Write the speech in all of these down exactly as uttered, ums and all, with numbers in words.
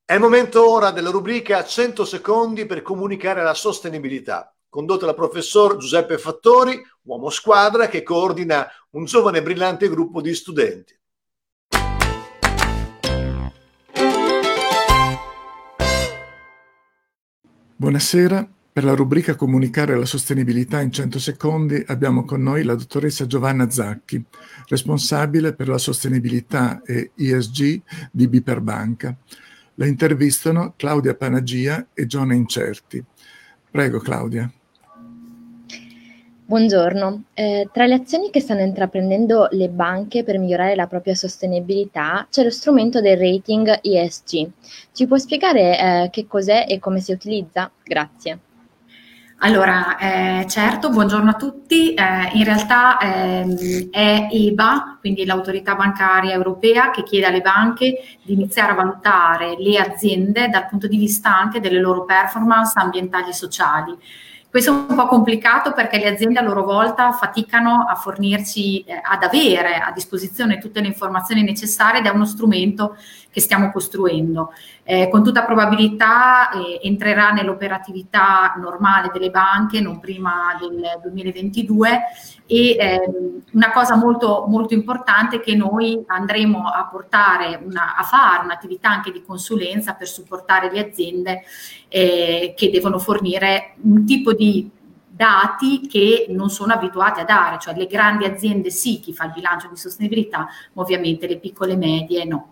È il momento ora della rubrica cento secondi per comunicare la sostenibilità, condotta dal professor Giuseppe Fattori, uomo squadra che coordina un giovane e brillante gruppo di studenti. Buonasera, per la rubrica Comunicare la sostenibilità in cento secondi abbiamo con noi la dottoressa Giovanna Zacchi, responsabile per la sostenibilità e E S G di Biper Banca. La intervistano Claudia Panagia e Giona Incerti. Prego Claudia. Buongiorno. Eh, tra le azioni che stanno intraprendendo le banche per migliorare la propria sostenibilità c'è lo strumento del rating E S G. Ci puoi spiegare eh, che cos'è e come si utilizza? Grazie. Allora, eh, certo, buongiorno a tutti. Eh, in realtà ehm, è E B A, quindi l'autorità bancaria europea, che chiede alle banche di iniziare a valutare le aziende dal punto di vista anche delle loro performance ambientali e sociali. Questo è un po' complicato perché le aziende a loro volta faticano a fornirci, eh, ad avere a disposizione tutte le informazioni necessarie ed è uno strumento che stiamo costruendo. Eh, con tutta probabilità eh, entrerà nell'operatività normale delle banche non prima del duemilaventidue e ehm, una cosa molto, molto importante è che noi andremo a portare, una, a fare un'attività anche di consulenza per supportare le aziende eh, che devono fornire un tipo di dati che non sono abituati a dare, cioè le grandi aziende sì, chi fa il bilancio di sostenibilità, ma ovviamente le piccole e medie no.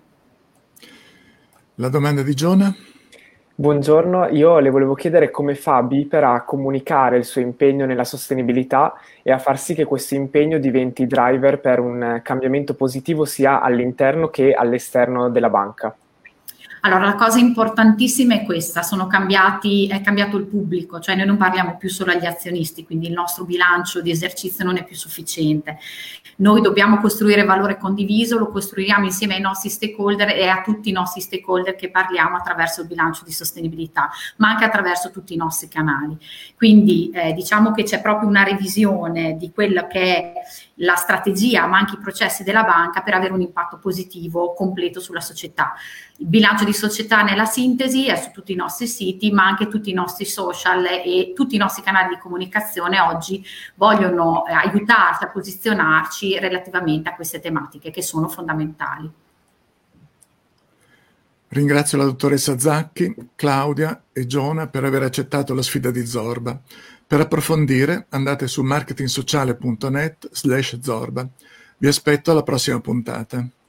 La domanda di Giona? Buongiorno, io le volevo chiedere come fa Biper a comunicare il suo impegno nella sostenibilità e a far sì che questo impegno diventi driver per un cambiamento positivo sia all'interno che all'esterno della banca. Allora, la cosa importantissima è questa, sono cambiati, è cambiato il pubblico, cioè noi non parliamo più solo agli azionisti, quindi il nostro bilancio di esercizio non è più sufficiente. Noi dobbiamo costruire valore condiviso, lo costruiamo insieme ai nostri stakeholder e a tutti i nostri stakeholder che parliamo attraverso il bilancio di sostenibilità, ma anche attraverso tutti i nostri canali. Quindi eh, diciamo che c'è proprio una revisione di quella che è la strategia, ma anche i processi della banca per avere un impatto positivo completo sulla società. Il bilancio di società nella sintesi è su tutti i nostri siti, ma anche tutti i nostri social e tutti i nostri canali di comunicazione oggi vogliono eh, aiutarci a posizionarci relativamente a queste tematiche che sono fondamentali. Ringrazio la dottoressa Zacchi, Claudia e Giona per aver accettato la sfida di Zorba. Per approfondire andate su marketingsociale punto net slash Zorba. Vi aspetto alla prossima puntata.